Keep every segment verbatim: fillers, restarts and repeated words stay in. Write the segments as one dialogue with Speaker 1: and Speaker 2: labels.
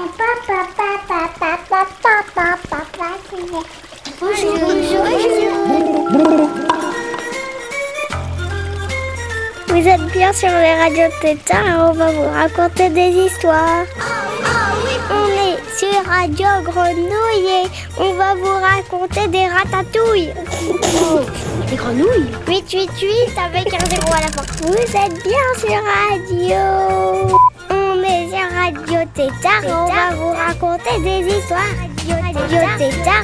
Speaker 1: Bonjour, bonjour, bonjour. Vous êtes bien sur les radios Tétard et on va vous raconter des histoires. On est sur Radio Grenouille et on va vous raconter des ratatouilles.
Speaker 2: Des grenouilles?
Speaker 1: huit huit huit avec un zéro à la fin. Vous êtes bien sur Radio. On est sur Radio Tétard et on va vous raconter des histoires. Radio Tétard.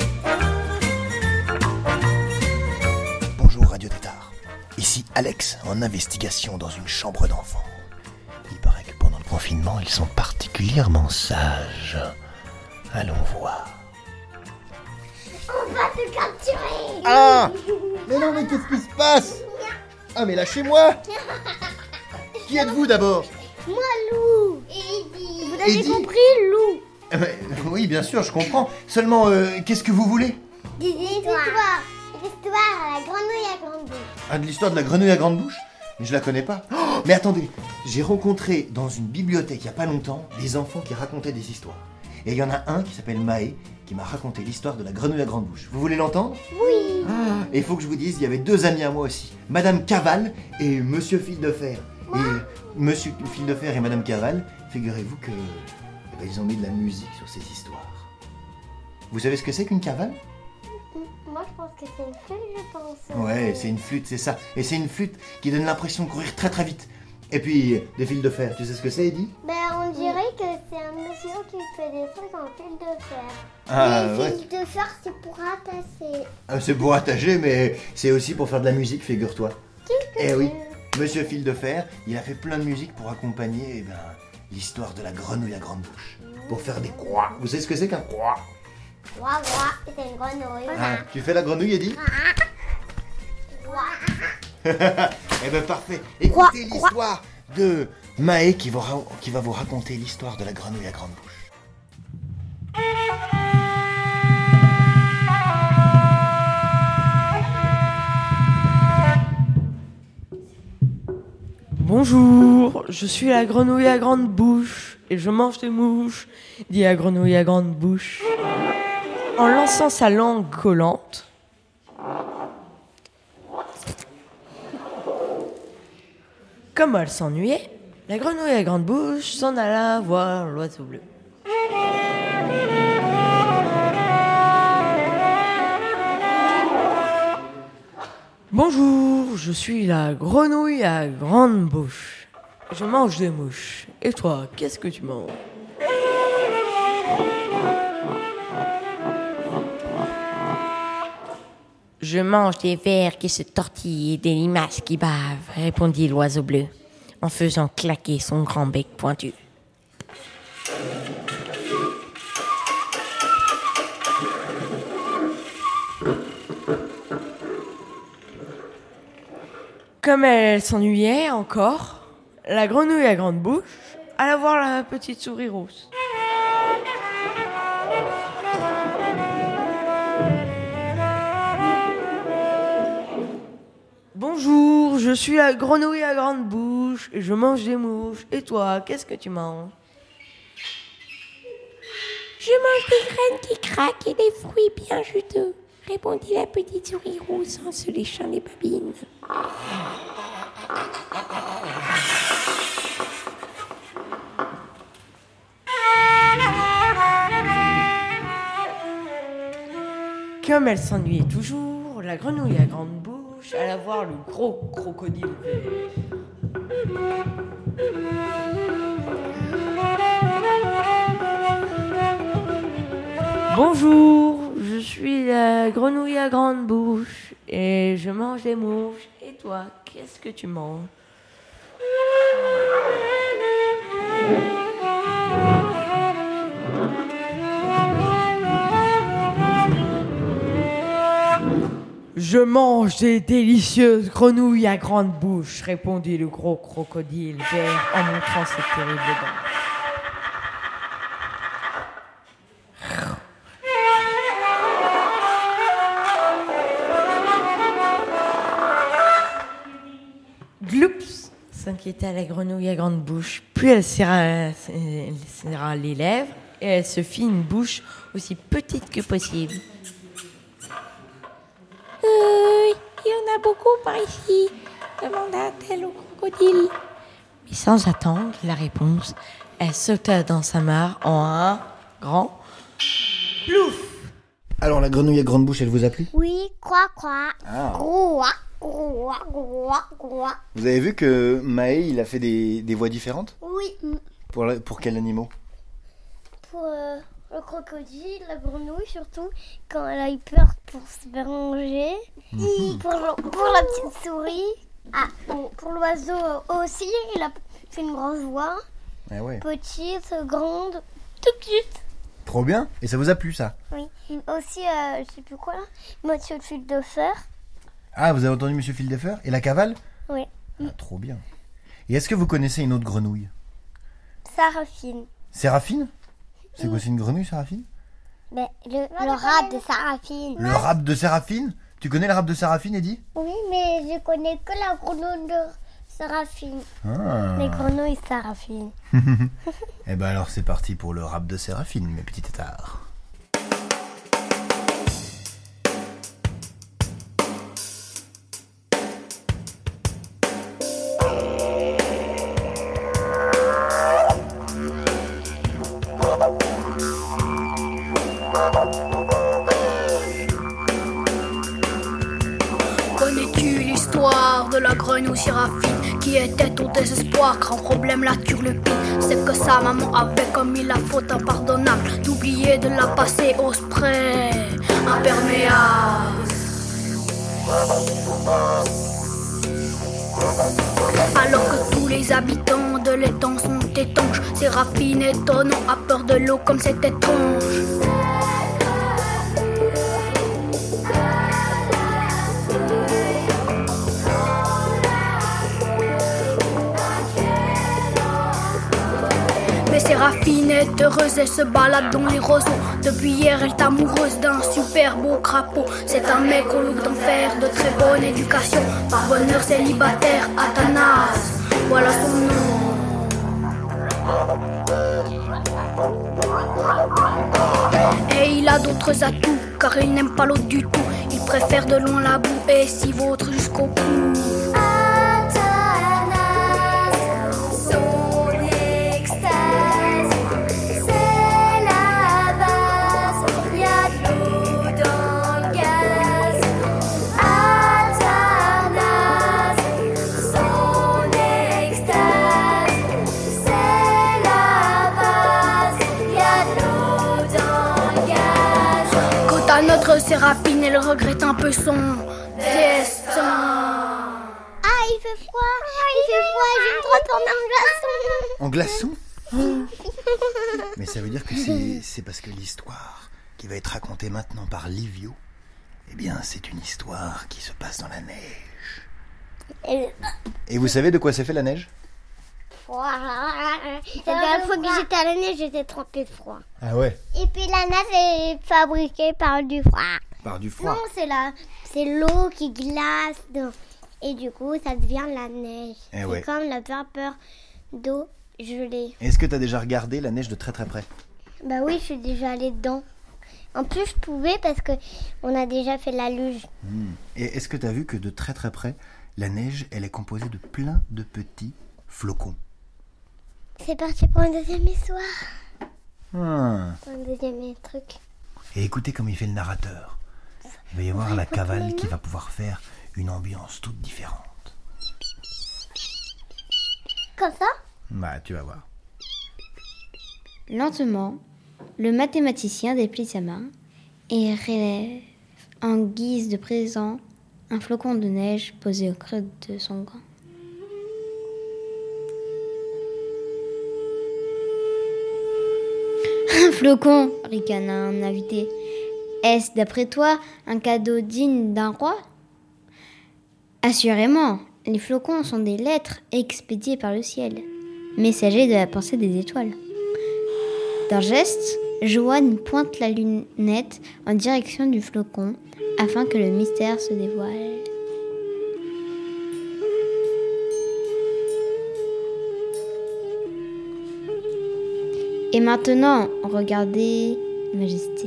Speaker 3: Bonjour Radio Tétard. Ici Alex en investigation dans une chambre d'enfant. Il paraît que pendant le confinement, ils sont particulièrement sages. Allons voir.
Speaker 1: On va te capturer.
Speaker 3: Ah! Mais non, mais qu'est-ce qui se passe? Ah, mais lâchez-moi! Qui êtes-vous d'abord?
Speaker 1: Moi, Lou. Eddie. Vous avez
Speaker 3: Eddie.
Speaker 1: compris, Lou?
Speaker 3: Euh, Oui, bien sûr, je comprends. Seulement, euh, qu'est-ce que vous voulez?
Speaker 1: Des histoires. L'histoire à la grenouille à grande bouche.
Speaker 3: Ah, de l'histoire de la grenouille à grande bouche? Mais je la connais pas. Oh, mais attendez, j'ai rencontré dans une bibliothèque il y a pas longtemps des enfants qui racontaient des histoires. Et il y en a un qui s'appelle Maë qui m'a raconté l'histoire de la grenouille à grande bouche. Vous voulez l'entendre?
Speaker 1: Oui.
Speaker 3: Ah, et il faut que je vous dise, il y avait deux amis à moi aussi, Madame Caval et Monsieur Fil de Fer. Et Monsieur Fil de Fer et Madame Caval, figurez-vous que eh ben, ils ont mis de la musique sur ces histoires. Vous savez ce que c'est qu'une cavale?
Speaker 1: Moi, je pense que c'est une flûte, je pense.
Speaker 3: Ouais, c'est une flûte, c'est ça. Et c'est une flûte qui donne l'impression de courir très très vite. Et puis, des fils de fer, tu sais ce que c'est, Eddie?
Speaker 1: Ben, on dirait que c'est un monsieur qui fait des trucs en fil de fer.
Speaker 3: Ah,
Speaker 1: les
Speaker 3: ouais.
Speaker 1: fils de fer, c'est pour attacher.
Speaker 3: Ah, c'est pour attacher, mais c'est aussi pour faire de la musique, figure-toi.
Speaker 1: Qu'est-ce que
Speaker 3: Eh oui,
Speaker 1: c'est?
Speaker 3: Monsieur Fil de Fer, il a fait plein de musique pour accompagner eh ben, l'histoire de la grenouille à grande bouche. Pour faire des croix. Vous savez ce que c'est qu'un croix?
Speaker 1: Ouah, ouah, c'est une grenouille.
Speaker 3: Ah, tu fais la grenouille, Eddie?
Speaker 1: Ouah.
Speaker 3: Eh ben parfait. Écoutez l'histoire de Maë qui va, ra- qui va vous raconter l'histoire de la grenouille à grande bouche.
Speaker 4: Bonjour, je suis la grenouille à grande bouche et je mange des mouches, dit la grenouille à grande bouche. En lançant sa langue collante, comme elle s'ennuyait, la grenouille à grande bouche s'en alla voir l'oiseau bleu. Bonjour, je suis la grenouille à grande bouche. Je mange des mouches. Et toi, qu'est-ce que tu manges? Je mange des vers qui se tortillent et des limaces qui bavent, répondit l'oiseau bleu, en faisant claquer son grand bec pointu. Comme elle s'ennuyait encore, la grenouille à grande bouche alla voir la petite souris rousse. Bonjour, je suis la grenouille à grande bouche et je mange des mouches. Et toi, qu'est-ce que tu manges?
Speaker 5: Je mange des graines qui craquent et des fruits bien juteux, répondit la petite souris rousse en se léchant les babines.
Speaker 4: Comme elle s'ennuyait toujours, la grenouille à grande bouche alla voir le gros crocodile vert. Bonjour, je suis la grenouille à grande bouche et je mange des mouches. Et toi, qu'est-ce que tu manges? Je mange des délicieuses grenouilles à grande bouche, répondit le gros crocodile vert en montrant ses terribles dents. Gloups, inquiéta la grenouille à grande bouche. Plus elle serra, elle serra les lèvres et elle se fit une bouche aussi petite que possible.
Speaker 5: Euh, il y en a beaucoup par ici, demanda-t-elle au crocodile.
Speaker 4: Mais sans attendre la réponse, elle sauta dans sa mare en un grand plouf.
Speaker 3: Alors la grenouille à grande bouche, elle vous a plu?
Speaker 1: Oui, croix, croix.
Speaker 3: Ah.
Speaker 1: Groua, groua, groua, groua.
Speaker 3: Vous avez vu que Maë, il a fait des, des voix différentes?
Speaker 1: Oui,
Speaker 3: Pour, la, pour quels animaux?
Speaker 1: pour euh, le crocodile, la grenouille surtout, quand elle a eu peur pour se faire manger.
Speaker 3: Mhm.
Speaker 1: Pour, le- pour la petite souris. Ah, bon, pour l'oiseau euh, aussi, il a fait une grosse voix.
Speaker 3: Ah ouais.
Speaker 1: Petite, grande, toute petite.
Speaker 3: Trop bien. Et ça vous a plu, ça?
Speaker 1: Oui. Aussi, euh, je sais plus quoi là, Monsieur le fil de fer.
Speaker 3: Ah, vous avez entendu Monsieur Fil de Fer? Et la cavale?
Speaker 1: Oui.
Speaker 3: Ah, trop bien. Et est-ce que vous connaissez une autre grenouille?
Speaker 1: Saraphine.
Speaker 3: Séraphine? C'est quoi, c'est une grenouille, Séraphine?
Speaker 1: Mais le, le rat de Saraphine.
Speaker 3: Le rap de Séraphine? Tu connais le rap de Séraphine, Eddy?
Speaker 1: Oui, mais je connais que la grenouille de Saraphine.
Speaker 3: Ah.
Speaker 1: Les grenouilles Saraphine.
Speaker 3: Eh ben alors c'est parti pour le rap de Séraphine, mes petits tétards.
Speaker 6: Connais-tu l'histoire de la grenouille Séraphine qui était au désespoir, grand problème la turlupine. C'est que sa maman avait commis la faute impardonnable d'oublier de la passer au spray imperméable. Alors que tous les habitants de l'étang sont étanches, Séraphine étonnant a peur de l'eau comme c'est étrange. Mais Séraphine est heureuse, elle se balade dans les roseaux. Depuis hier, elle est amoureuse d'un super beau crapaud. C'est un mec au look d'enfer, de très bonne éducation. Par bonheur célibataire, Athanas, voilà son nom. Et il a d'autres atouts, car il n'aime pas l'autre du tout. Il préfère de loin la boue et s'y vautre jusqu'au bout. Notre Séraphine, elle regrette un peu son destin.
Speaker 1: Ah, il fait froid, il fait froid, je vais me transformer en glaçon.
Speaker 3: En glaçon? Mais ça veut dire que c'est, c'est parce que l'histoire qui va être racontée maintenant par Livio, eh bien c'est une histoire qui se passe dans la neige.
Speaker 1: Et...
Speaker 3: Et vous savez de quoi c'est fait la neige?
Speaker 1: La dernière fois que j'étais à la neige, j'étais trempée de froid.
Speaker 3: Ah ouais?
Speaker 1: Et puis la neige est fabriquée par du froid.
Speaker 3: Par du froid?
Speaker 1: Non, c'est la, c'est l'eau qui glace. Donc, et du coup, ça devient la neige.
Speaker 3: Eh
Speaker 1: c'est
Speaker 3: ouais.
Speaker 1: comme la vapeur d'eau gelée.
Speaker 3: Est-ce que tu as déjà regardé la neige de très très près?
Speaker 1: Bah oui, je suis déjà allée dedans. En plus, je pouvais parce que on a déjà fait la luge.
Speaker 3: Mmh. Et est-ce que tu as vu que de très très près, la neige, elle est composée de plein de petits flocons?
Speaker 1: C'est parti pour un deuxième histoire.
Speaker 3: Ah.
Speaker 1: Pour un deuxième truc.
Speaker 3: Et écoutez comme il fait le narrateur. Il va y avoir la cavale qui va pouvoir faire une ambiance toute différente.
Speaker 1: Comme ça?
Speaker 3: Bah, tu vas voir.
Speaker 7: Lentement, le mathématicien déplie sa main et relève, en guise de présent, un flocon de neige posé au creux de son gant. Un flocon, ricana un invité. Est-ce, d'après toi, un cadeau digne d'un roi? Assurément, les flocons sont des lettres expédiées par le ciel, messagers de la pensée des étoiles. D'un geste, Joanne pointe la lunette en direction du flocon afin que le mystère se dévoile. Et maintenant, regardez, Majesté.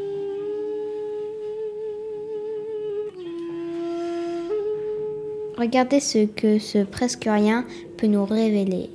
Speaker 7: Regardez ce que ce presque rien peut nous révéler.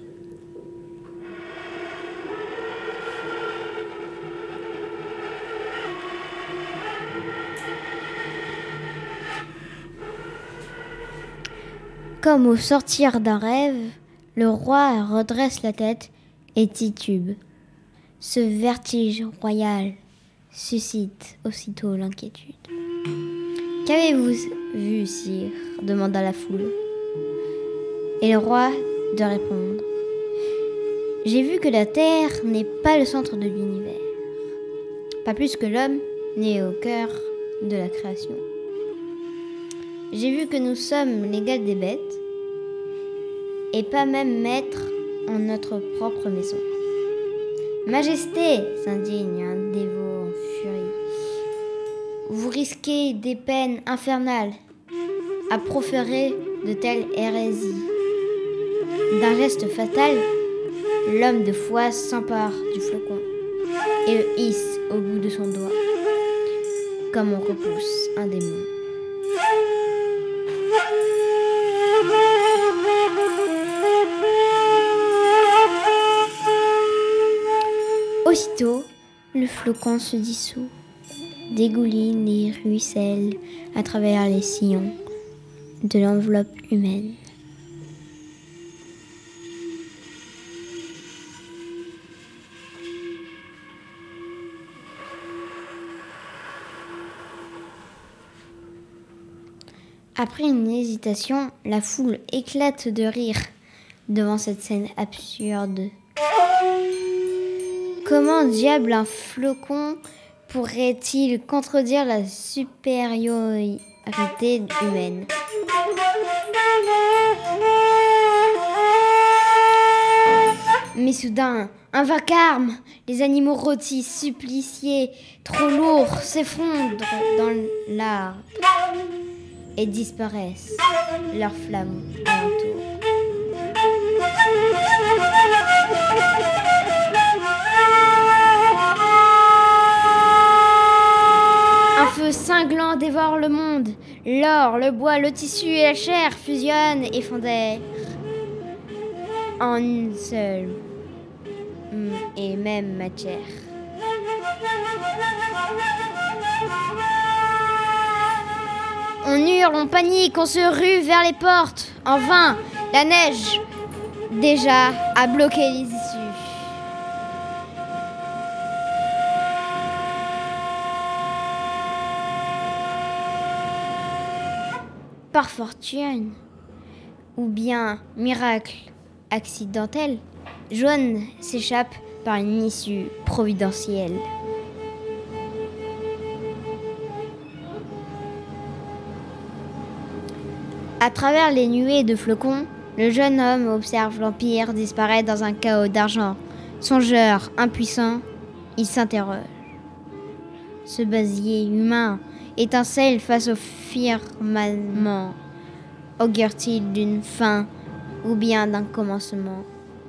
Speaker 7: Comme au sortir d'un rêve, le roi redresse la tête et titube. Ce vertige royal suscite aussitôt l'inquiétude. « Qu'avez-vous vu, sire ?» demanda la foule. Et le roi de répondre. « J'ai vu que la terre n'est pas le centre de l'univers, pas plus que l'homme n'est au cœur de la création. J'ai vu que nous sommes l'égal des bêtes, et pas même maîtres en notre propre maison. Majesté, s'indigne un dévot en furie. Vous risquez des peines infernales à proférer de telles hérésies. D'un geste fatal, l'homme de foi s'empare du flocon et le hisse au bout de son doigt, comme on repousse un démon. Aussitôt, le flocon se dissout, dégouline et ruisselle à travers les sillons de l'enveloppe humaine. Après une hésitation, la foule éclate de rire devant cette scène absurde. Comment diable un flocon pourrait-il contredire la supériorité humaine ? Mais soudain, un vacarme, les animaux rôtis, suppliciés, trop lourds, s'effondrent dans l'arbre et disparaissent, leurs flammes alentour. Un feu cinglant dévore le monde. L'or, le bois, le tissu et la chair fusionnent et fondèrent en une seule et même matière. On hurle, on panique, on se rue vers les portes. En vain, la neige déjà a bloqué les issues. Par fortune, ou bien miracle accidentel, Joanne s'échappe par une issue providentielle. À travers les nuées de flocons, le jeune homme observe l'Empire disparaître dans un chaos d'argent. Songeur, impuissant, il s'interroge. Ce basier humain étincelle face au firmament. Augure-t-il d'une fin ou bien d'un commencement ?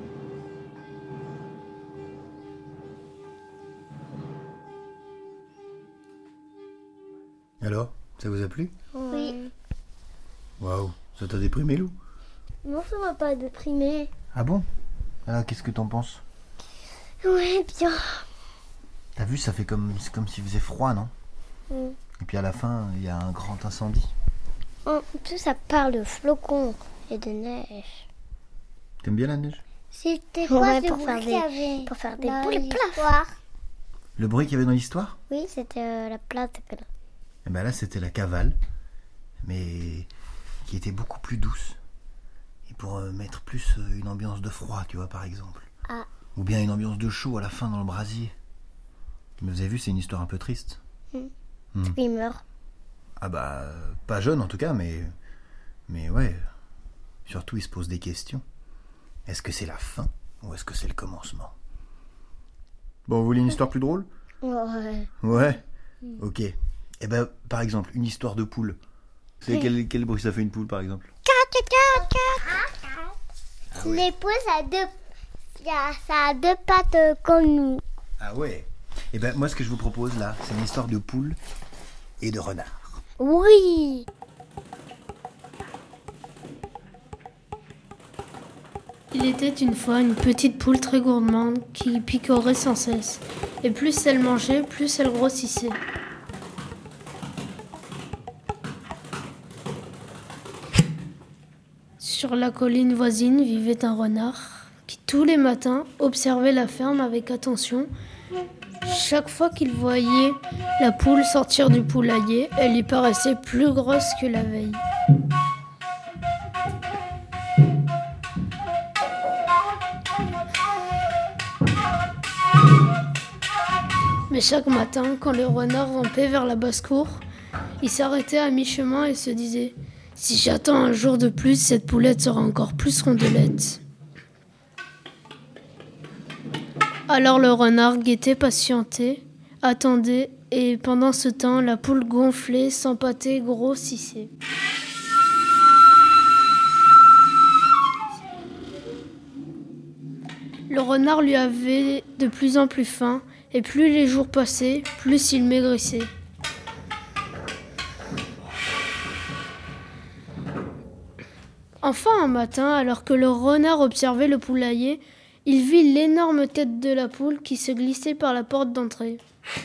Speaker 3: Alors, ça vous a plu ?
Speaker 1: Oui.
Speaker 3: Waouh, ça t'a déprimé, Lou ?
Speaker 1: Non, ça m'a pas déprimé.
Speaker 3: Ah bon ? Alors, qu'est-ce que t'en penses ?
Speaker 1: Ouais, bien.
Speaker 3: T'as vu, ça fait comme, c'est comme s'il faisait froid, non ?
Speaker 1: Mm.
Speaker 3: Et puis à la fin, il y a un grand incendie.
Speaker 1: En plus, ça parle de flocons et de neige.
Speaker 3: T'aimes bien la neige ?
Speaker 1: C'était quoi ouais, ce pour faire des, pour faire des boules plaf.
Speaker 3: Le bruit qu'il y avait dans l'histoire ?
Speaker 1: Oui, c'était euh, la place de...
Speaker 3: Et ben là, c'était la cavale, mais qui était beaucoup plus douce. Et pour euh, mettre plus euh, une ambiance de froid, tu vois, par exemple.
Speaker 1: Ah.
Speaker 3: Ou bien une ambiance de chaud à la fin dans le brasier. Mais vous avez vu, c'est une histoire un peu triste.
Speaker 1: Mmh.
Speaker 3: Mmh.
Speaker 1: Il meurt.
Speaker 3: Ah bah, pas jeune en tout cas, mais... Mais ouais, surtout il se pose des questions. Est-ce que c'est la fin ou est-ce que c'est le commencement ? Bon, vous voulez une histoire plus drôle ?
Speaker 1: Ouais.
Speaker 3: Ouais ?
Speaker 1: Mmh.
Speaker 3: Ok. Eh ben, par exemple, une histoire de poule. C'est quel, quel bruit ça fait une poule, par exemple ?
Speaker 1: Ah, ouais. Les poules, ça a deux... Y a, ça a deux pattes euh, comme nous.
Speaker 3: Ah ouais. Eh ben moi ce que je vous propose là, c'est une histoire de poule et de renard.
Speaker 1: Oui.
Speaker 8: Il était une fois une petite poule très gourmande qui picorait sans cesse. Et plus elle mangeait, plus elle grossissait. Sur la colline voisine vivait un renard qui tous les matins observait la ferme avec attention. Chaque fois qu'il voyait la poule sortir du poulailler, elle lui paraissait plus grosse que la veille. Mais chaque matin, quand le renard rampait vers la basse-cour, il s'arrêtait à mi-chemin et se disait « Si j'attends un jour de plus, cette poulette sera encore plus rondelette. » Alors le renard guettait, patientait, attendait, et pendant ce temps, la poule gonflait, s'empâtait, grossissait. Le renard lui avait de plus en plus faim, et plus les jours passaient, plus il maigrissait. Enfin, un matin, alors que le renard observait le poulailler, il vit l'énorme tête de la poule qui se glissait par la porte d'entrée.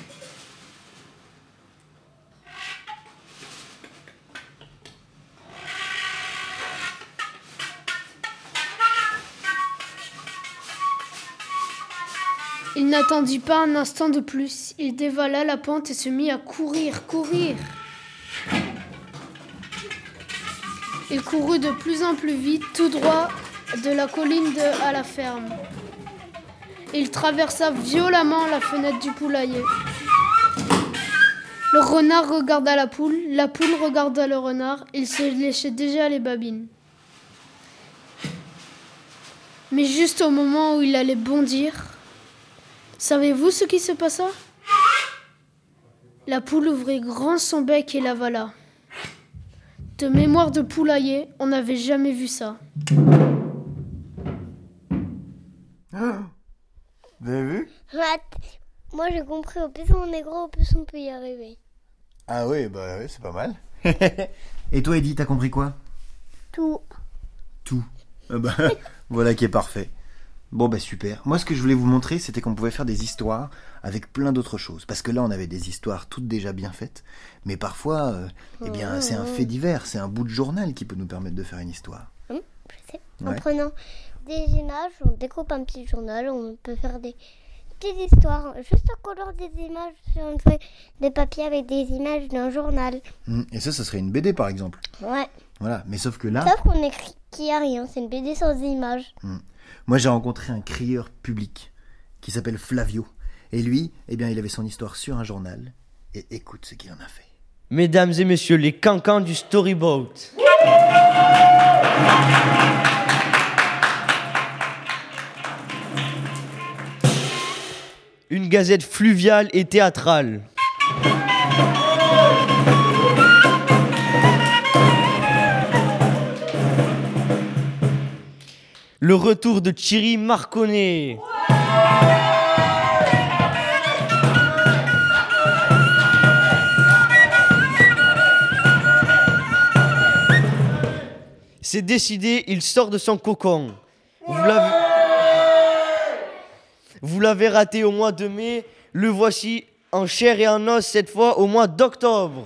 Speaker 8: Il n'attendit pas un instant de plus. Il dévala la pente et se mit à courir, courir. Il courut de plus en plus vite, tout droit de la colline de, à la ferme. Il traversa violemment la fenêtre du poulailler. Le renard regarda la poule, la poule regarda le renard. Il se léchait déjà les babines. Mais juste au moment où il allait bondir, savez-vous ce qui se passa ? La poule ouvrit grand son bec et l'avala. De mémoire de poulailler, on n'avait jamais vu ça.
Speaker 3: Ah, vous avez vu ?
Speaker 1: Ouais, moi j'ai compris, au plus on est gros, au plus on peut y arriver.
Speaker 3: Ah oui, bah ouais, c'est pas mal. Et toi Eddy, t'as compris quoi ?
Speaker 1: Tout.
Speaker 3: Tout. Ah bah, voilà qui est parfait. Bon bah super. Moi ce que je voulais vous montrer, c'était qu'on pouvait faire des histoires avec plein d'autres choses. Parce que là on avait des histoires toutes déjà bien faites, mais parfois, euh, eh bien c'est un fait divers, c'est un bout de journal qui peut nous permettre de faire une histoire.
Speaker 1: Hum, je sais.
Speaker 3: Ouais.
Speaker 1: En prenant des images, on découpe un petit journal, on peut faire des petites histoires. Juste en collant des images sur une feuille de papier avec des images d'un journal.
Speaker 3: Hum, Et ça, ça serait une B D par exemple.
Speaker 1: Ouais.
Speaker 3: Voilà, mais sauf que là...
Speaker 1: Sauf qu'on écrit qu'il n'y a rien, c'est une B D sans images.
Speaker 3: Hum. Moi, j'ai rencontré un crieur public qui s'appelle Flavio. Et lui, eh bien, il avait son histoire sur un journal. Et écoute ce qu'il en a fait.
Speaker 4: Mesdames et messieurs, les cancans du storyboat. Une gazette fluviale et théâtrale. Le retour de Thierry Marconnet. C'est décidé, il sort de son cocon. Vous l'avez... Vous l'avez raté au mois de mai, le voici en chair et en os cette fois au mois d'octobre.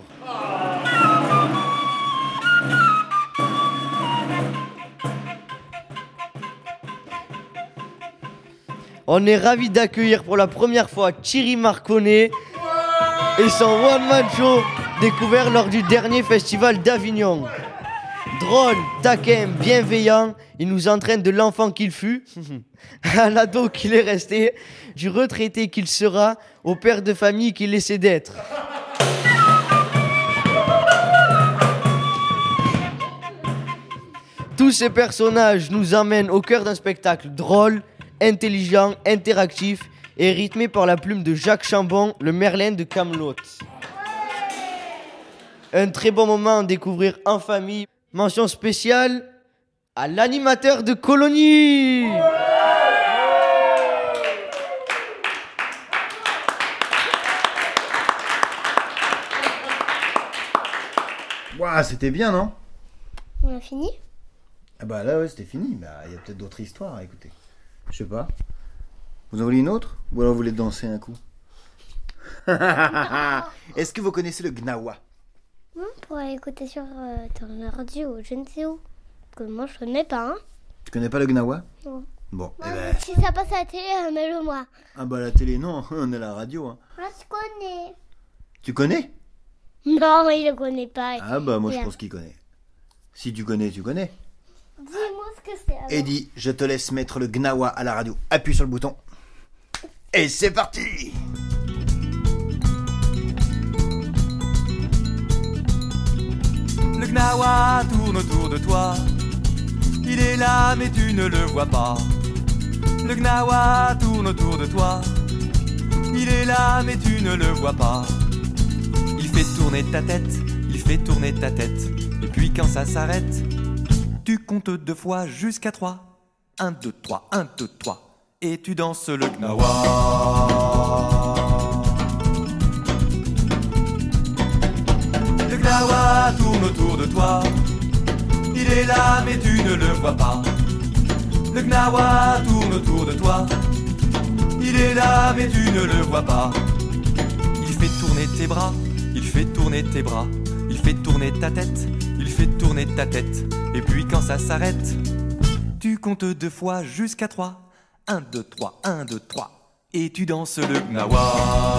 Speaker 4: On est ravis d'accueillir pour la première fois Thierry Marconnet et son one-man show découvert lors du dernier festival d'Avignon. Drôle, taquin, bienveillant, il nous entraîne de l'enfant qu'il fut, à l'ado qu'il est resté, du retraité qu'il sera, au père de famille qu'il essaie d'être. Tous ces personnages nous emmènent au cœur d'un spectacle drôle, intelligent, interactif et rythmé par la plume de Jacques Chambon, le Merlin de Kaamelott. Un très bon moment à découvrir en famille. Mention spéciale à l'animateur de Colonie.
Speaker 3: Ouah, c'était bien, non?
Speaker 1: On a fini?
Speaker 3: Ah bah là, ouais, c'était fini. Bah, il y a peut-être d'autres histoires à écouter. Je sais pas. Vous en voulez une autre? Ou alors vous voulez danser un coup? Est-ce que vous connaissez le gnawa?
Speaker 1: On pourrait écouter sur euh, ton ordi ou je ne sais où. Parce que moi, je connais pas, hein.
Speaker 3: Tu connais pas le gnawa?
Speaker 1: Non.
Speaker 3: Bon,
Speaker 1: Moi,
Speaker 3: eh ben...
Speaker 1: si ça passe à la télé, euh, mets-le moi.
Speaker 3: Ah bah la télé, non, on est à la radio. Hein.
Speaker 1: Moi, je connais.
Speaker 3: Tu connais?
Speaker 1: Non, il ne connaît pas.
Speaker 3: Ah bah moi je
Speaker 1: Bien.
Speaker 3: pense qu'il connaît. Si tu connais, tu connais.
Speaker 1: Dis-moi ce que c'est. alors.
Speaker 3: Eddie, je te laisse mettre le gnawa à la radio. Appuie sur le bouton. Et c'est parti!
Speaker 9: Le gnawa tourne autour de toi. Il est là mais tu ne le vois pas. Le gnawa tourne autour de toi. Il est là mais tu ne le vois pas. Il fait tourner ta tête, il fait tourner ta tête. Et puis quand ça s'arrête, tu comptes deux fois jusqu'à trois. Un, deux, trois, un, deux, trois. Et tu danses le gnawa. Le gnawa tourne autour de toi. Il est là mais tu ne le vois pas. Le gnawa tourne autour de toi. Il est là mais tu ne le vois pas. Il fait tourner tes bras, il fait tourner tes bras. Il fait tourner ta tête, il fait tourner ta tête. Et puis quand ça s'arrête, tu comptes deux fois jusqu'à trois. Un, deux, trois, un, deux, trois. Et tu danses le gnawa.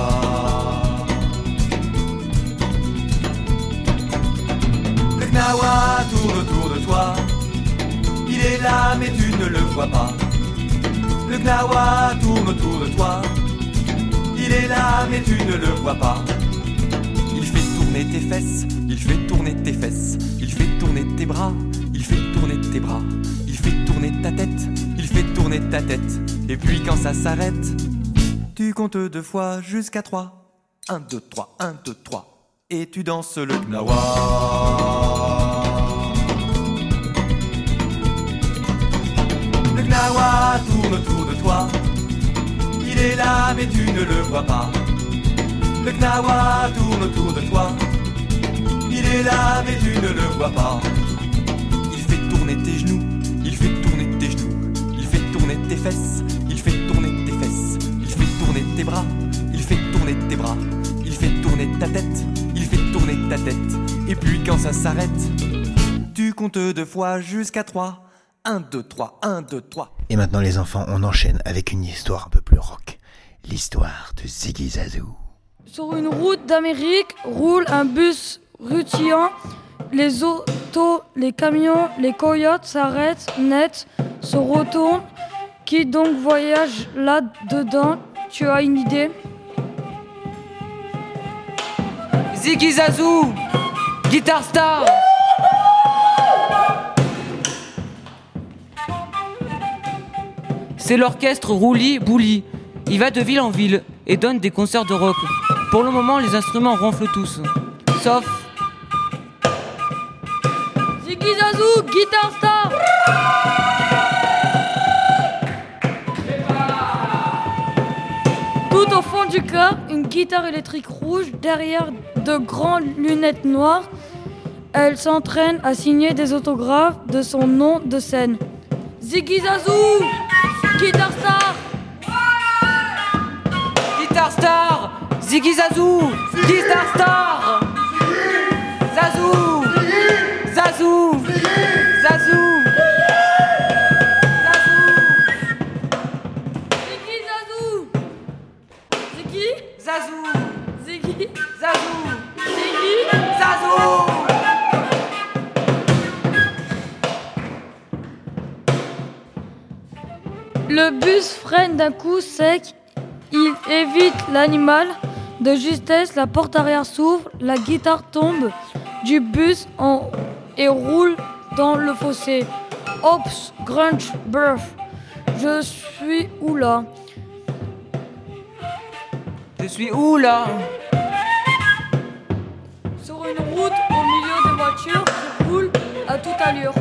Speaker 9: Le gnawa tourne autour de toi. Il est là mais tu ne le vois pas. Le gnawa tourne autour de toi. Il est là mais tu ne le vois pas. Il fait tourner tes fesses, il fait tourner tes fesses. Il fait tourner tes bras, il fait tourner tes bras. Il fait tourner ta tête, il fait tourner ta tête. Et puis quand ça s'arrête, tu comptes deux fois jusqu'à trois. Un, deux, trois, un, deux, trois. Et tu danses le gnawa. Le gnawa tourne autour de toi. Il est là mais tu ne le vois pas. Le gnawa tourne autour de toi. Il est là mais tu ne le vois pas. Il fait tourner tes genoux, il fait tourner tes genoux. Il fait tourner tes fesses, il fait tourner tes fesses. Il fait tourner tes bras, il fait tourner tes bras. Il fait tourner ta tête, il fait tourner ta tête. Et puis quand ça s'arrête, tu comptes deux fois jusqu'à trois. Un, deux, trois, un, deux, trois.
Speaker 3: Et maintenant les enfants, on enchaîne avec une histoire un peu plus rock. L'histoire de Ziggy Zazou.
Speaker 10: Sur une route d'Amérique roule un bus rutilant. Les autos, les camions, les coyotes s'arrêtent net, se retournent. Qui donc voyage là-dedans? Tu as une idée?
Speaker 11: Ziggy Zazou, Guitar Star. C'est l'orchestre Roulis Bouli. Il va de ville en ville et donne des concerts de rock. Pour le moment, les instruments ronflent tous. Sauf...
Speaker 10: Ziggy Zazou, Guitar Star. Tout au fond du car, une guitare électrique rouge derrière de grandes lunettes noires. Elle s'entraîne à signer des autographes de son nom de scène. Ziggy Zazou, Guitar Star.
Speaker 11: Guitar Star, Ziggy Zazou, Guitar Star. Zazou, Zazou, Zazou.
Speaker 10: Ziggy Zazou. Ziggy
Speaker 11: Zazou,
Speaker 10: Ziggy
Speaker 11: Zazou,
Speaker 10: Ziggy
Speaker 11: Zazou.
Speaker 10: Le bus freine d'un coup sec. Il évite l'animal. De justesse, la porte arrière s'ouvre. La guitare tombe du bus en... et roule dans le fossé. Ops, grunge, burf. Je suis où là?
Speaker 11: Je suis où là?
Speaker 10: Sur une route au milieu des voitures qui roulent à toute allure.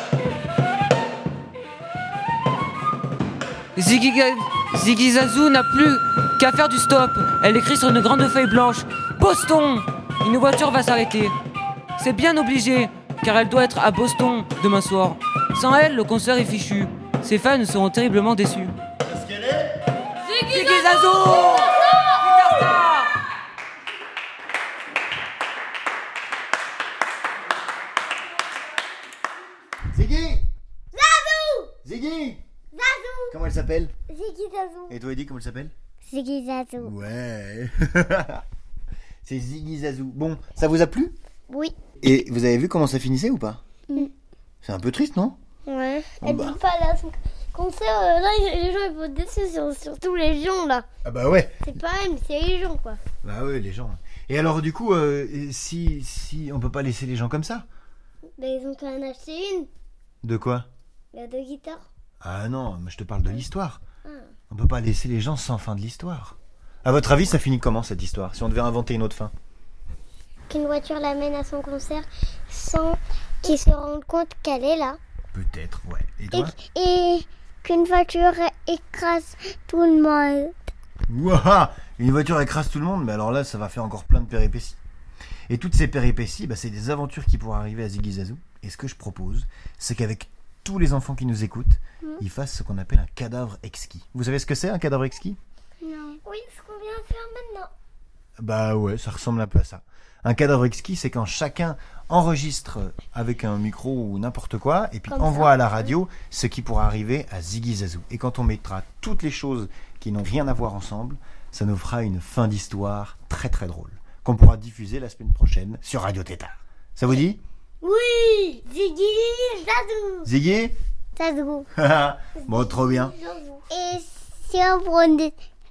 Speaker 11: Ziggy, Ziggy Zazou n'a plus qu'à faire du stop. Elle écrit sur une grande feuille blanche: Boston. Une voiture va s'arrêter. C'est bien obligé, car elle doit être à Boston demain soir. Sans elle, le concert est fichu. Ses fans seront terriblement déçus.
Speaker 3: Est-ce qu'elle est
Speaker 11: Ziggy Zazo Guitar Star.
Speaker 3: Ziggy
Speaker 1: Zazou
Speaker 3: Ziggy
Speaker 1: Zazou
Speaker 3: Comment elle s'appelle?
Speaker 1: Ziggy Zazou.
Speaker 3: Et toi, Eddy, comment elle s'appelle?
Speaker 1: Ziggy Zazou.
Speaker 3: Ouais. C'est Ziggy Zazou. Bon, ça vous a plu?
Speaker 1: Oui.
Speaker 3: Et vous avez vu comment ça finissait ou pas?
Speaker 1: Mm.
Speaker 3: C'est un peu triste, non?
Speaker 1: Ouais.
Speaker 3: Bon,
Speaker 1: Elle
Speaker 3: bah.
Speaker 1: dit pas là, son concert, euh, là, les gens ils vont être déçus, sur- surtout les gens là.
Speaker 3: Ah bah ouais.
Speaker 1: C'est pas elle, mais c'est les gens quoi.
Speaker 3: Bah ouais, les gens. Et alors, du coup, euh, si, si on peut pas laisser les gens comme ça?
Speaker 1: Mais ils ont qu'à en acheter une.
Speaker 3: De quoi?
Speaker 1: La deux guitares.
Speaker 3: Ah non, mais je te parle de l'histoire.
Speaker 1: Ah.
Speaker 3: On peut pas laisser les gens sans fin de l'histoire. À votre avis, ça finit comment cette histoire, si on devait inventer une autre fin?
Speaker 1: Qu'une voiture l'amène à son concert sans qu'il se rende compte qu'elle est là.
Speaker 3: Peut-être, ouais. Et
Speaker 1: Et,
Speaker 3: toi?
Speaker 1: et qu'une voiture écrase tout le monde.
Speaker 3: Ouah, une voiture écrase tout le monde, mais alors là, ça va faire encore plein de péripéties. Et toutes ces péripéties, bah, c'est des aventures qui pourraient arriver à Ziggy Zazou. Et ce que je propose, c'est qu'avec tous les enfants qui nous écoutent,
Speaker 1: Mmh.
Speaker 3: ils fassent ce qu'on appelle un cadavre exquis. Vous savez ce que c'est, un cadavre exquis?
Speaker 1: Non. Oui, ce qu'on vient de faire maintenant.
Speaker 3: Bah ouais, ça ressemble un peu à ça. Un cadavre exquis, c'est quand chacun enregistre avec un micro ou n'importe quoi, et puis
Speaker 1: Comme
Speaker 3: envoie
Speaker 1: ça.
Speaker 3: à la radio ce qui pourra arriver à Ziggy Zazou. Et quand on mettra toutes les choses qui n'ont rien à voir ensemble, ça nous fera une fin d'histoire très très drôle, qu'on pourra diffuser la semaine prochaine sur Radio Tétard. Ça vous dit?
Speaker 1: Oui, Ziggy Zazou.
Speaker 3: Ziggy?
Speaker 1: Zazou.
Speaker 3: Bon, trop bien.
Speaker 1: Et si on prenait,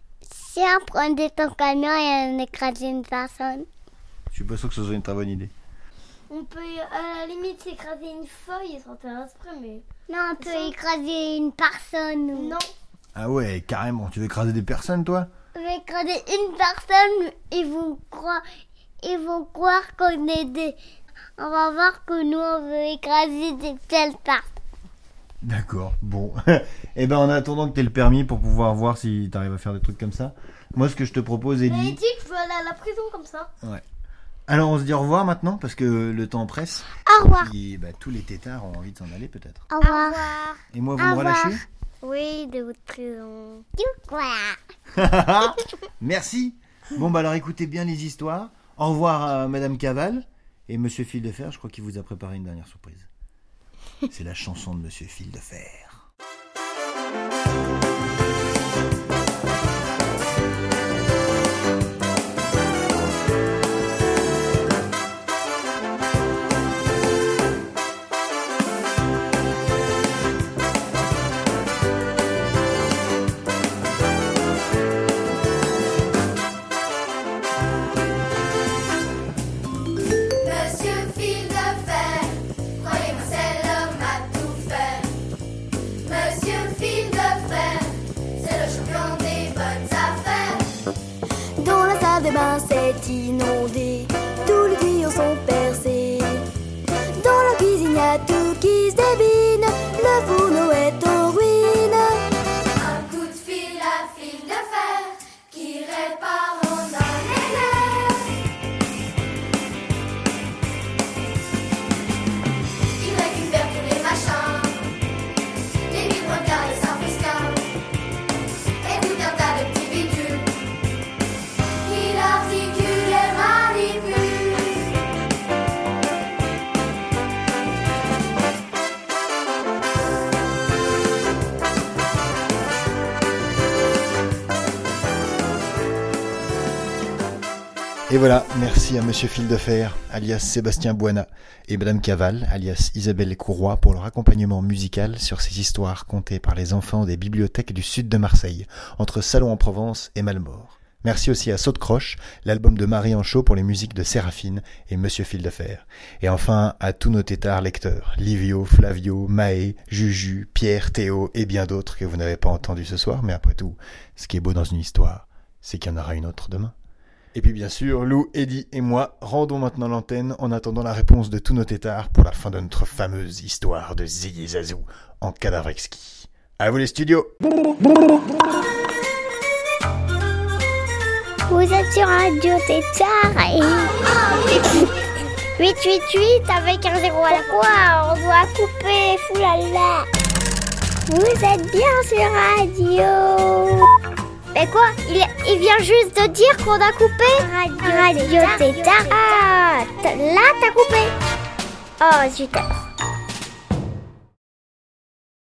Speaker 1: si on prenait ton camion et on écrasait une personne?
Speaker 3: Je suis pas sûr que ce soit une très bonne idée.
Speaker 8: On peut à la limite s'écraser une feuille sans faire exprès, mais.
Speaker 1: Non, on peut écraser une personne. ou-
Speaker 8: Non.
Speaker 3: Ah ouais, carrément. Tu veux écraser des personnes, toi?
Speaker 1: On va écraser une personne, ils vont croire, ils vont croire qu'on est des. On va voir que nous on veut écraser des telles personnes.
Speaker 3: D'accord, bon. Eh ben en attendant que tu aies le permis pour pouvoir voir si tu arrives à faire des trucs comme ça, moi ce que je te propose,
Speaker 8: Mais
Speaker 3: Ellie...
Speaker 8: dis que je veux aller à la prison comme ça.
Speaker 3: Ouais. Alors on se dit au revoir maintenant parce que le temps presse.
Speaker 1: Au revoir.
Speaker 3: Et bah, tous les tétards ont envie de s'en aller peut-être.
Speaker 1: Au revoir.
Speaker 3: Et moi vous
Speaker 1: Au
Speaker 3: me
Speaker 1: revoir.
Speaker 3: relâchez?
Speaker 1: Oui, de votre prison. Du quoi?
Speaker 3: Merci. Bon bah alors écoutez bien les histoires. Au revoir à Madame Caval et Monsieur Fil de Fer, je crois qu'il vous a préparé une dernière surprise. C'est la chanson de Monsieur Fil de Fer.
Speaker 12: Monsieur Fil de Fer, croyez-moi c'est l'homme à tout faire. Monsieur Fil de Fer, c'est le champion des bonnes affaires.
Speaker 13: Dans la salle de bain c'est inondé, tous les tuyaux sont percés. Dans la cuisine y a tout qui se débine, le fourneau est en ruine.
Speaker 12: Un coup de fil à Fil de Fer qui répare en un éclair. Il récupère tous les machins, les micro-gars, les sarfuscins, et tout un tas de petits bidules qu'il articule et manipule.
Speaker 3: Et voilà, merci à Monsieur Fil de Fer, alias Sébastien Boina, et Madame Caval, alias Isabelle Courroy, pour leur accompagnement musical sur ces histoires contées par les enfants des bibliothèques du sud de Marseille, entre Salon-en-Provence et Malmort. Merci aussi à Saute-Croche, l'album de Marie Anchaud pour les musiques de Séraphine et Monsieur Fil de Fer. Et enfin, à tous nos tétards lecteurs, Livio, Flavio, Maë, Juju, Pierre, Théo et bien d'autres que vous n'avez pas entendus ce soir, mais après tout, ce qui est beau dans une histoire, c'est qu'il y en aura une autre demain. Et puis bien sûr, Lou, Eddy et moi rendons maintenant l'antenne en attendant la réponse de tous nos tétards pour la fin de notre fameuse histoire de Ziggy Zazou en cadavre exquis. À vous les studios!
Speaker 1: Vous êtes sur Radio Tétard et... huit huit huit avec un zéro à la fois. On doit couper, foulala. Vous êtes bien sur radio. Mais quoi, il, il vient juste de dire qu'on a coupé. Radio, radio Tétard. Ah, t- là t'as coupé. Oh zut.